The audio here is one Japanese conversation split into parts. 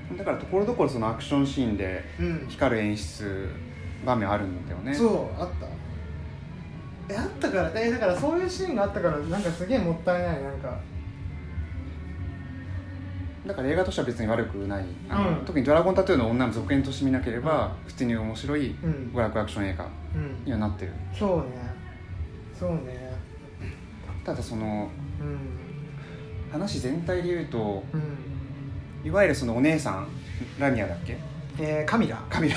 だからところどころそのアクションシーンで光る演出場面あるんだよね、 そうあったあったからだからそういうシーンがあったからなんかすげえもったいないなんかだから映画としては別に悪くない、特にドラゴンタトゥーの女の続編として見なければ、普通に面白い娯楽アクション映画にはなってる、 そうねただその、話全体で言うと、いわゆるそのお姉さんラミアだっけ、 カミラカミラ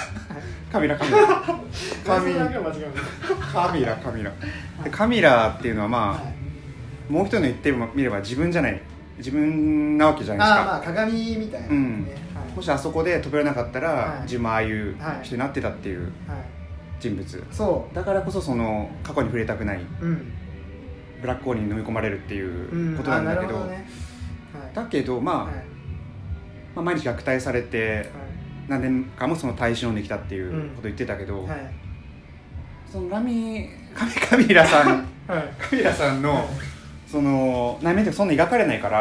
でカミラっていうのはまあ、もう一人の言ってみれば自分じゃない自分なわけじゃないですか。 まあ鏡みたいな、 もしあそこで飛べなかったら、自分ああいう人になってたっていう人物、 そうだからこそその過去に触れたくない、ブラックホールに飲み込まれるっていうことなんだけど、だけどまあ、毎日虐待されて、何年間もその耐え忍んできたっていうことを言ってたけど、そのカミラさんカミラさんのその内面ってそんな描かれないから、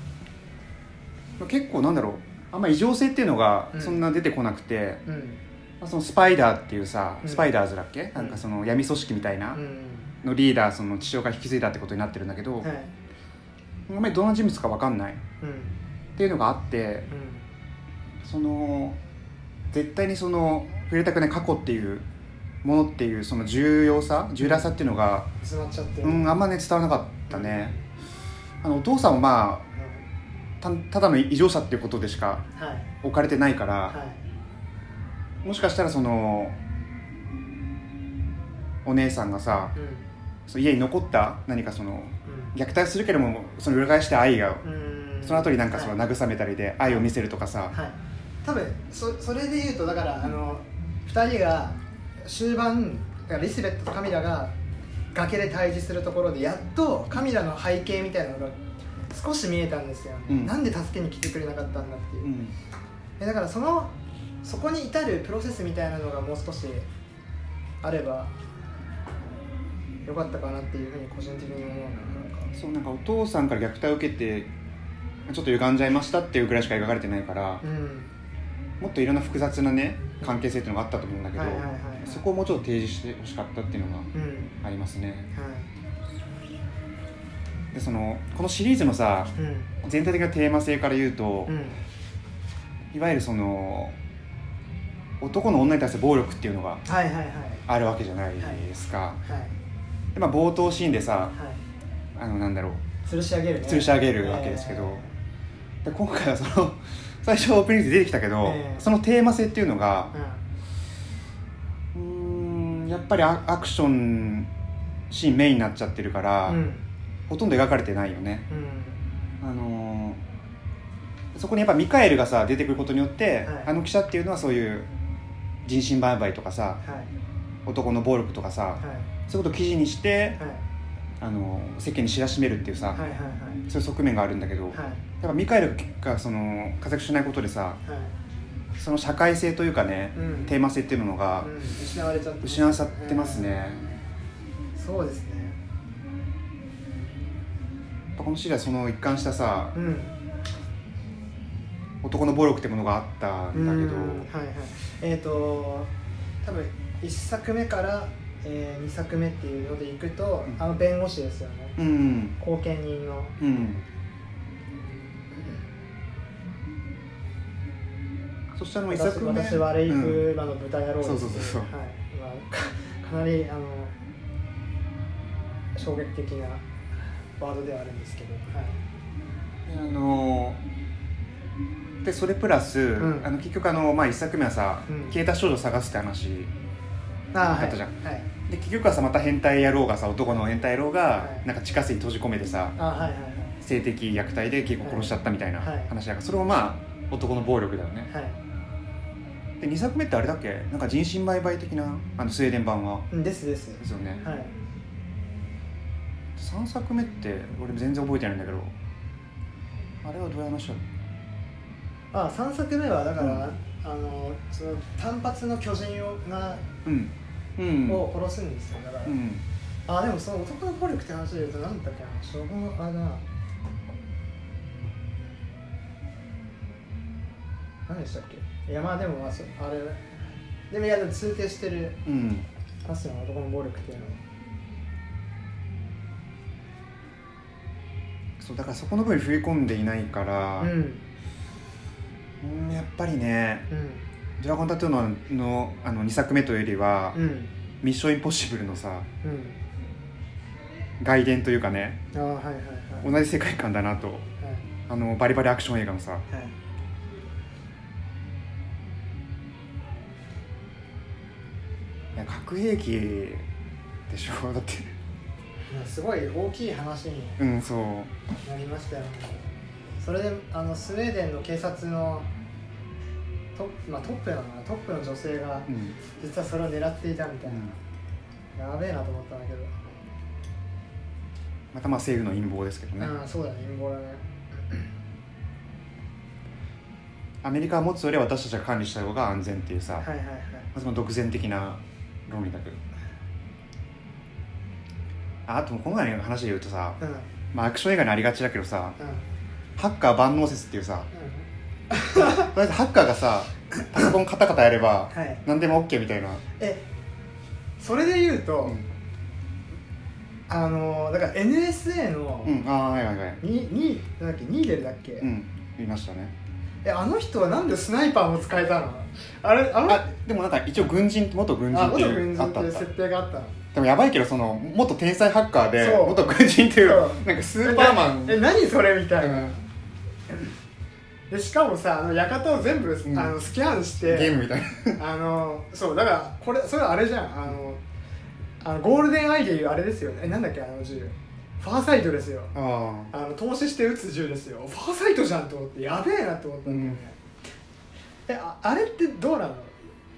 結構なんだろう、あんま異常性っていうのがそんな出てこなくて、そのスパイダーっていうさ、スパイダーズだっけ、なんかその闇組織みたいなのリーダー、その父親が引き継いだってことになってるんだけど、あんまりどんな人物か分かんない、っていうのがあって、その絶対にその触れたくない過去っていうものっていうその重要さ、重大さっていうのが詰まっちゃって、 あんまね伝わらなかったね。お父さんはまあただの異常者っていうことでしか置かれてないから、もしかしたらそのお姉さんがさ、その家に残った何かその、虐待するけれどもその裏返して愛が、その後になんかその慰めたりで愛を見せるとかさ、 多分それで言うとだから2人が終盤リスベットとカミラが崖で対峙するところでやっとカミラの背景みたいなのが少し見えたんですよ、なんで助けに来てくれなかったんだっていう、だからそこに至るプロセスみたいなのがもう少しあればよかったかなっていうふうに個人的に思うな。 そう、なんかお父さんから虐待を受けてちょっと歪んじゃいましたっていうぐらいしか描かれてないから、もっといろんな複雑なね関係性っていうのがあったと思うんだけど、そこをもうちょっと提示してほしかったっていうのがありますね、でこのシリーズのさ、全体的なテーマ性から言うと、いわゆるその男の女に対する暴力っていうのがあるわけじゃないですか、でまあ、冒頭シーンでさ、なんだろう、 吊るし上げるね、 吊るし上げるわけですけど、で今回はその最初オープニングで出てきたけど、そのテーマ性っていうのが、やっぱりアクションシーンメインになっちゃってるから、ほとんど描かれてないよね、そこにやっぱミカエルがさ出てくることによって、記者っていうのはそういう人身売買とかさ、男の暴力とかさ、そういうことを記事にして、世間に知らしめるっていうさ、そういう側面があるんだけど、やっぱミカエルがその活躍しないことでさ、その社会性というかね、テーマ性っていうのが、 失われちゃってますね、 そうですね。 このシリーズはその一貫したさ、男の暴力ってものがあったんだけど、 多分1作目から2作目っていうのでいくと、弁護士ですよね、後見人の、 そしたら1作目私はレイプ馬の豚野郎です、 そう、 かなり衝撃的なワードではあるんですけど、 でそれプラス、結局1作目はさ、消えた少女を探すって話だったじゃん、で結局はさ、また変態野郎がさ、男の変態野郎がなんか地下水に閉じ込めてさ、性的虐待で結構殺しちゃったみたいな話だから、それもまあ男の暴力だよね、で2作目ってあれだっけ、なんか人身売買的なスウェーデン版はですよね、3作目って俺全然覚えてないんだけど、あれはどういう話だっけ3作目はだから、その単発の巨人がを殺すんですよ、だから、でもその男の暴力って話で言うと何だっけな、その何でしたっけ。いやまあでもまああれでもいやでも通底してる、うん、かつての男の暴力っていうのはそうだからそこの部分に踏み込んでいないから、うん、やっぱりね、うん、ドラゴンタトゥーの2作目というよりは、うん、ミッションインポッシブルのさ、うん、外伝というかね、はいはいはい、同じ世界観だなと、はい、バリバリアクション映画のさ、はい、いや核兵器でしょだってすごい大きい話になりましたよね、うん、それでスウェーデンの警察のトップなのかな、トップの女性が実はそれを狙っていたみたいな、うん、やべえなと思ったんだけど、 またまあ政府の陰謀ですけどね、 うん、そうだね、陰謀だねアメリカは持つよりは私たちが管理した方が安全っていうさ、はいはいはい、その独善的な論理だけど、あと今回の話で言うとさ、うん、まあアクション映画にありがちだけどさ、うん、ハッカー万能説っていうさ、とりあえずハッカーがさパソコンカタカタやれば何でも OK みたいな、 それで言うと、うん、だから NSA の2でだっけ、 うん、言いましたね。 あの人はなんでスナイパーも使えたの？ でもなんか一応元軍人っていう設定があったの。 でもやばいけど元天才ハッカーで元軍人っていうなんかスーパーマン何それみたいな、でしかもさ館を全部、スキャンしてゲームみたいなそうだからそれあれじゃん、ゴールデンアイでいうあれですよね、なんだっけ銃ファーサイトですよ、投資して撃つ銃ですよ、ファーサイトじゃんと思ってやべえなと思ったんだよね、あれってどうなの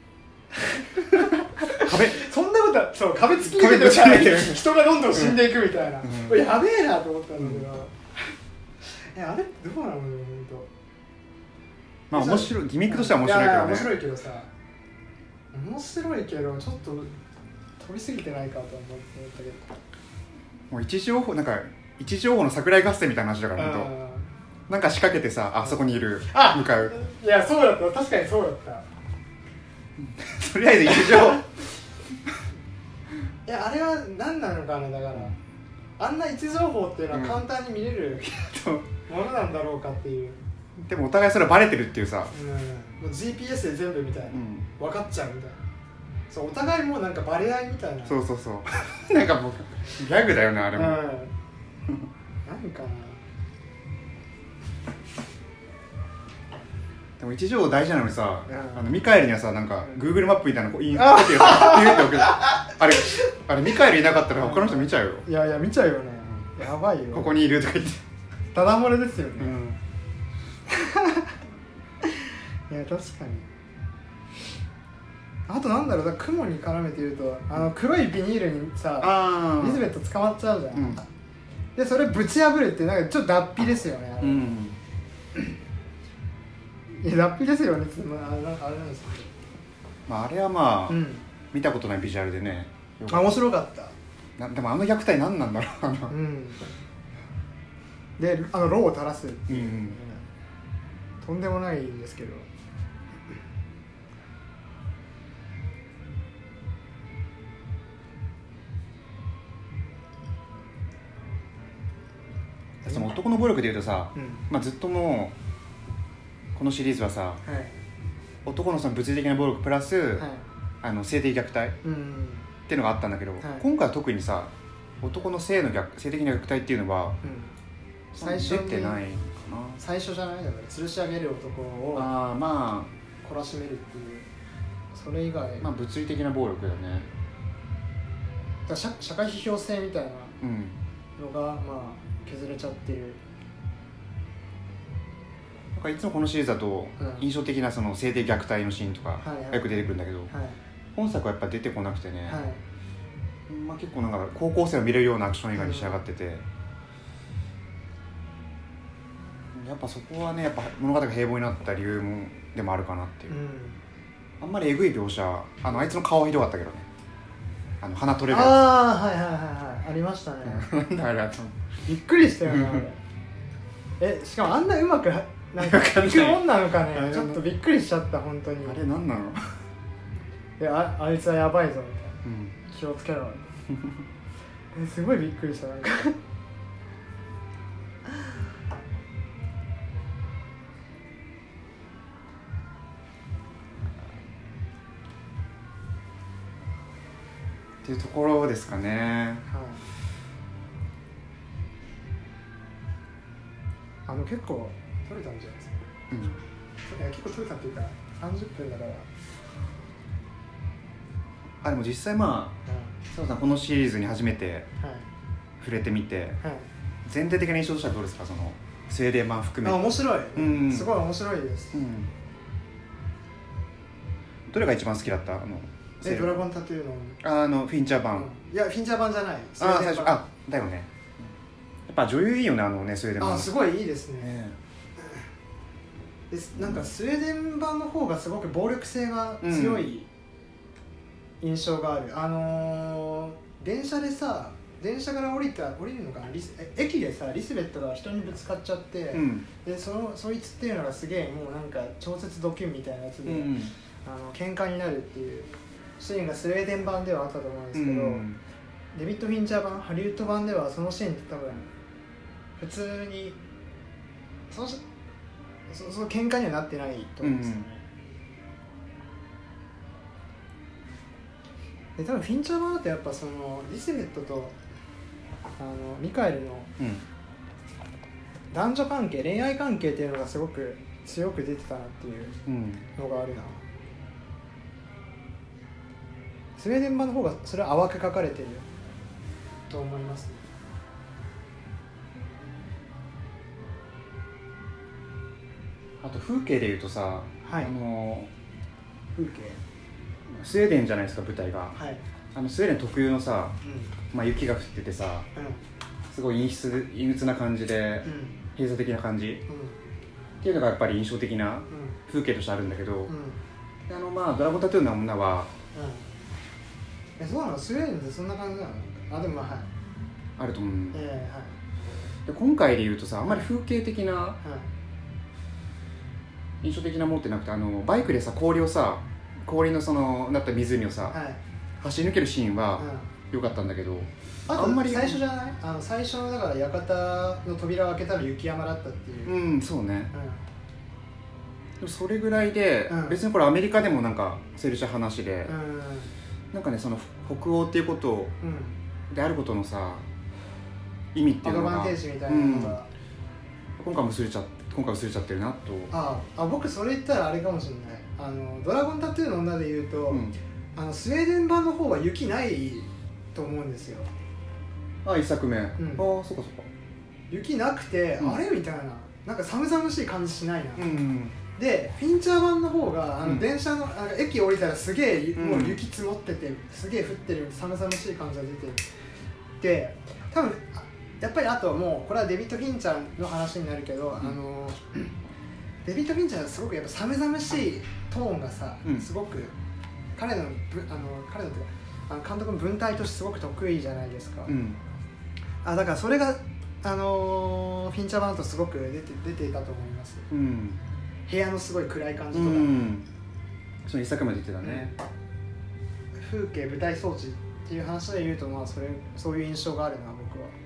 そんなことはそう壁突き抜けて人がどんどん死んでいくみたいな、やべえなと思ったんだけど、あれってどうなのよ本当。まあ面白いギミックとしては面白いけどね。 面白いけどさ、面白いけどちょっと飛びすぎてないかと思ったけど、 もう位置情報の桜井合戦みたいな話だから本当。なんか仕掛けてさ、あそこにいる向かう。 いやそうだった、確かにそうだった。 とりあえず位置情報いやあれは何なのかな、だからあんな位置情報っていうのは簡単に見れる、ものなんだろうかっていう。 でもお互いそれバレてるっていうさ、 もう GPS で全部みたいな、分かっちゃうみたいな、そうお互いもうなんかバレ合いみたいな、 そうなんかもうギャグだよねあれも、なんかでも位置情報大事なのにさ、ミカエルにはさなんか Google マップみたいなのインストっていうさピューって送るあれミカエルいなかったら他の人見ちゃうよ。 いや見ちゃうよね、やばいよ、 ここにいるとか言ってただ漏れですよね、いや確かに。あとなんだろう、雲に絡めて言うと黒いビニールにさリズベット捕まっちゃうじゃん、でそれぶち破るってなんかちょっと脱皮ですよね、いや脱皮ですよね、あれなんですけど、 まああれはまあ、見たことないビジュアルでね、 面白かった。 でも虐待何なんだろうでロを垂らすっていう、とんでもないんですけど、 その男の暴力でいうとさ、まあ、ずっともうこのシリーズはさ、男のその物理的な暴力プラス、性的虐待、っていうのがあったんだけど、今回は特にさ男の性的な虐待っていうのは、 最初に出てないかな。 最初じゃない、だから吊るし上げる男をまあ懲らしめるっていう、それ以外まあ物理的な暴力だね。 だから社会批評性みたいなのが、まあ削れちゃってる。 なんかいつもこのシリーズだと印象的なその性的虐待のシーンとかよく出てくるんだけど、本作はやっぱ出てこなくてね、まあ、結構なんか高校生を見れるようなアクション映画に仕上がってて、やっぱそこはね、やっぱ物語が平凡になった理由もでもあるかなっていう、あんまりエグい描写、あいつの顔はひどかったけどね、鼻取れるやつ、 ありましたねあれびっくりしたよね、しかもあんなうまくなんか行くもんなのかね。ちょっとびっくりしちゃった本当に。 あれ何なの？ あいつはやばいぞみたいな、気をつけろすごいびっくりしたなんかっていうところですかね。 はい、結構取れたんじゃないですか。いや結構取れたっていうか30分だから。 でも実際まあ佐藤さんこのシリーズに初めて触れてみて、全体的な印象としてはどうですか、そのスウェーデン版含めて。 面白い、すごい面白いです、 どれが一番好きだった？ ドラゴンタトゥーのフィンチャー版、 いやフィンチャー版じゃない、 最初だよね。やっぱ女優いいよね、スウェーデン版。 すごいいいですね、なんかスウェーデン版の方がすごく暴力性が強い印象がある。電車から降りるのかな、駅でさリスベットが人にぶつかっちゃって、でそいつっていうのがすげえもうなんか超絶ドキュンみたいなやつで、喧嘩になるっていうシーンがスウェーデン版ではあったと思うんですけど、デビッド・フィンチャー版ハリウッド版ではそのシーンって多分普通にその喧嘩にはなってないと思うんですよね。で多分フィンチャー版だとやっぱそのリスベットとミカエルの男女関係、恋愛関係っていうのがすごく強く出てたなっていうのがあるな。スウェーデン版の方がそれは淡く描かれてると思いますね。 あと風景でいうとさ、 風景スウェーデンじゃないですか舞台が、スウェーデン特有のさ、雪が降っててさ、すごい陰鬱な感じで、閉鎖的な感じ、っていうのがやっぱり印象的な風景としてあるんだけど、ドラゴンタトゥーの女は、 そうなの？スウェーデンってそんな感じなの？でもあると思う。で今回でいうとさ、あんまり風景的な、印象的なものってなくて、バイクでさ氷のそのなった湖をさ、走り抜けるシーンは良かったんだけど、 あんまり最初じゃない？最初のだから館の扉を開けたら雪山だったっていう。 そうね。でもそれぐらいで、別にこれアメリカでもなんか成立した話で、なんかねその北欧っていうことであることのさ意味っていうのがアドバンテージみたいなのが、 今回薄れちゃってるなと。 僕それ言ったらあれかもしれない。ドラゴンタトゥーの女で言うと、スウェーデン版の方は雪ないと思うんですよ。 1作目。そっか。 雪なくて、あれみたいな、なんか寒々しい感じしないな。でフィンチャー版の方が電車の駅降りたらすげえもう雪積もってて、すげえ降ってる寒々しい感じが出てる。で多分やっぱりあとはもうこれはデビッド・フィンチャーの話になるけど、デビッド・フィンチャーはすごくやっぱ寒々しいトーンがさ、すごく彼の監督の文体としてすごく得意じゃないですか。だからそれがフィンチャー版だとすごく出ていたと思います。部屋のすごい暗い感じとか、 その一作目で言ってたね。 風景舞台装置っていう話で言うと、そういう印象があるな僕は。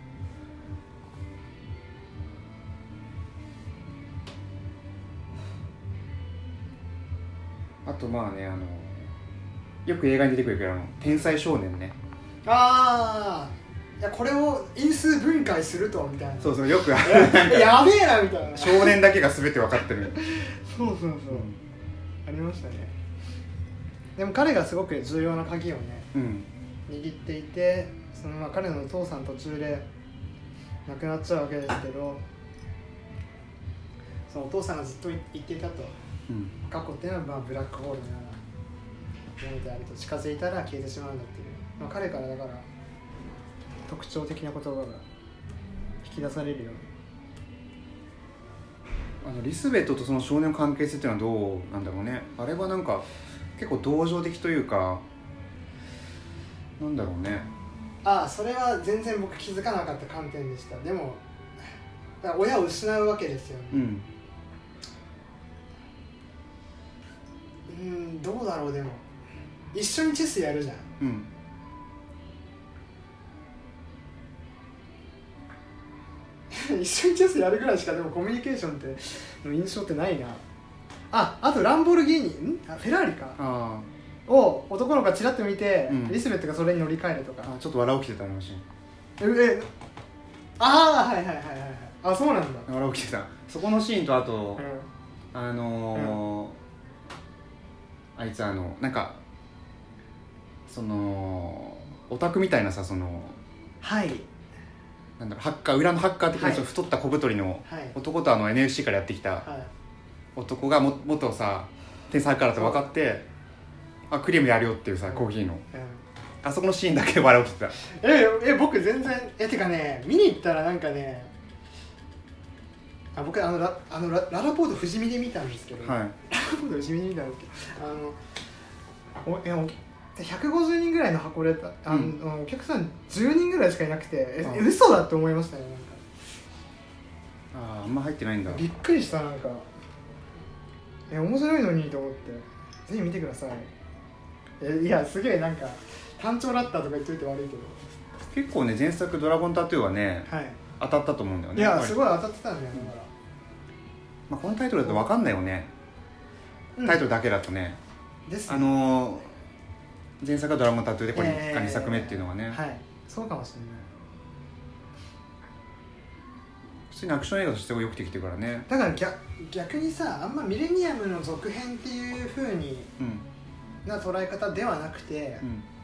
あとよく映画に出てくるけど天才少年ね。 いやこれを因数分解するとみたいな。 そうよくやべえなみたいな。 少年だけが全て分かってる。 そう、ありましたね。でも彼がすごく重要な鍵をね、握っていて、彼のお父さん途中で亡くなっちゃうわけですけど、そのお父さんがずっと言っていたと、過去っていうのはブラックホールのようなものであると、近づいたら消えてしまうんだっていう、彼からだから特徴的な言葉が引き出されるように。 リスベットとその少年の関係性っていうのはどうなんだろうね。あれはなんか結構同情的というか、なんだろうね。 それは全然僕気づかなかった観点でした。でも親を失うわけですよね。 うだろう。でも一緒にチェスやるじゃん。一緒にチェスやるぐらいしかでもコミュニケーションっての印象ってないな。あとランボルギーニフェラーリかを男の子がチラッと見て、リスベットがそれに乗り換えるとか。 ちょっと笑起きてたのしはいはいはいはい。あ、そうなんだ。 笑起きてた。そこのシーンとあと、あいつなんかそのオタクみたいなさ、そのなんだろう、ハッカー、裏のハッカー的な太った小太りの男とNSC からやってきた男が元さ天才ハッカーだと分かって、クリームやるよっていうさ、コーヒーの、あそこのシーンだけで笑起きてた。 僕全然てかね、見に行ったらなんかね、僕ララポート富士見で見たんですけど、ララポート富士見で見たんですけど、150人ぐらいの箱でお客さん10人ぐらいしかいなくて、嘘だって思いましたね。 あんま入ってないんだ。 びっくりした。なんか面白いのにと思って、ぜひ見てください。いや、すげえなんか単調だったとか言っといて悪いけど、 結構ね、前作ドラゴンタトゥーはね、当たったと思うんだよね。 いや、すごい当たってたんだよね。だから、 このタイトルだと分かんないよね、タイトルだけだとね。 ですね。 前作がドラゴンタトゥーで、これが2作目っていうのがね、 そうかもしれない。 普通にアクション映画としてよくできてるからね。 だから逆にさ、あんまミレニアムの続編っていう風にな捉え方ではなくて、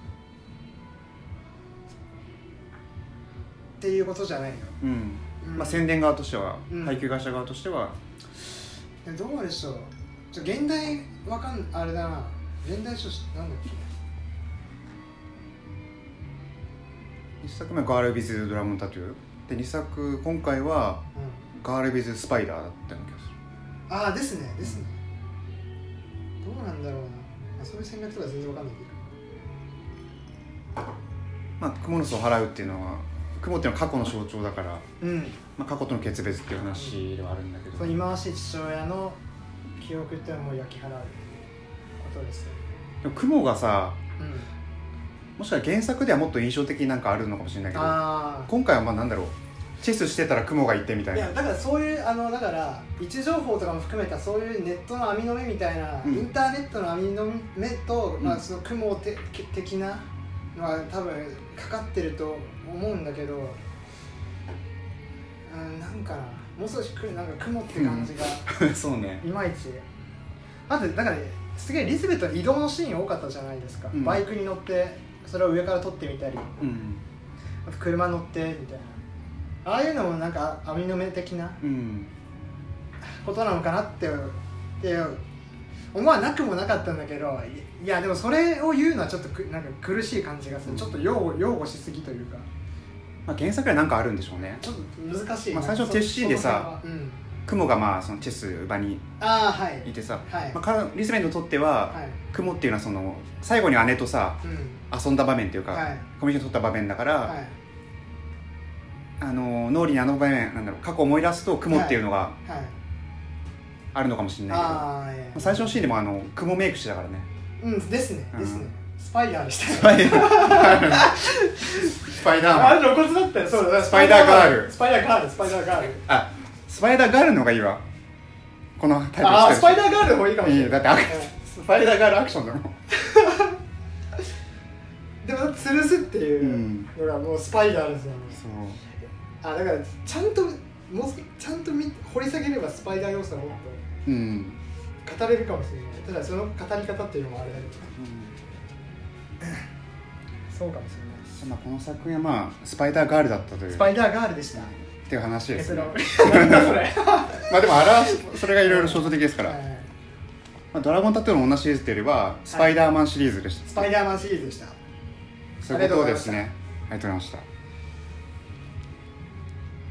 っていうことじゃないの。 宣伝側としては、配給会社側としてはどうでしょう。現代あれだな、現代書なんだっけ。 1作目はガール・ビズ・ドラゴンタトゥーで、2作今回は、ガール・ビズ・スパイダーだったような気がする。 ですねですね。どうなんだろうな、そういう戦略とか全然わかんないけど、 クモの巣を払うっていうのは、クモっていうのは過去の象徴だから、過去との決別っていう話ではあるんだけど、 その忌まわしい父親の記憶っていうのはもう焼き払うことですよ。 でもクモがさ、もしかしたら原作ではもっと印象的になんかあるのかもしれないけど、今回はなんだろう、チェスしてたら雲がいてみたいな。 いや、だからそういうだから位置情報とかも含めたそういうネットの網の目みたいな、インターネットの網の目と、その雲的なのは多分かかってると思うんだけど、なんかな、もう少しなんか雲って感じが、 そうね、 いまいち。あとだからすげえリズベットの移動のシーン多かったじゃないですか。バイクに乗ってそれを上から撮ってみたり、あと車乗ってみたいな、ああいうのもなんか網の目的なことなのかなって思わなくもなかったんだけど、いやでもそれを言うのはちょっとなんか苦しい感じがする。ちょっと擁護しすぎというか、 原作はなんかあるんでしょうね。 ちょっと難しい。 最初テッシーンでさ、雲がそのチェス場にいてさ、リズベントにとっては、雲っていうのはその最後に姉とさ、遊んだ場面っていうか、コミュニケーション取った場面だから、脳裏に場面、なんだろう、過去を思い出すと雲っていうのがあるのかもしれないけど、最初のシーンでも雲メイクしてたからね。 ですねですね。スパイダーでした。 スパイダーマン。 あれ露骨だったよ。そうだ、 スパイダーガール。 スパイダーガール。スパイダーガール。 スパイダーガールの方がいいわ。このタイプスパイダーガールの方がいいかもしれない。 だってスパイダーガールアクションだもん。 でも吊るすっていうのがもうスパイダーですよね。だからちゃんと掘り下げればスパイダー要素がもっと語れるかもしれない。ただその語り方っていうのもあれだけど、そうかもしれないです。 この作品はスパイダーガールだったという。 スパイダーガールでした。 っていう話ですね。 なんだそれ。 でもそれがいろいろ象徴的ですから。ドラゴンタトゥーの女シリーズというよりはスパイダーマンシリーズでした。 スパイダーマンシリーズでした。 そういうことですね。ありがとうございました。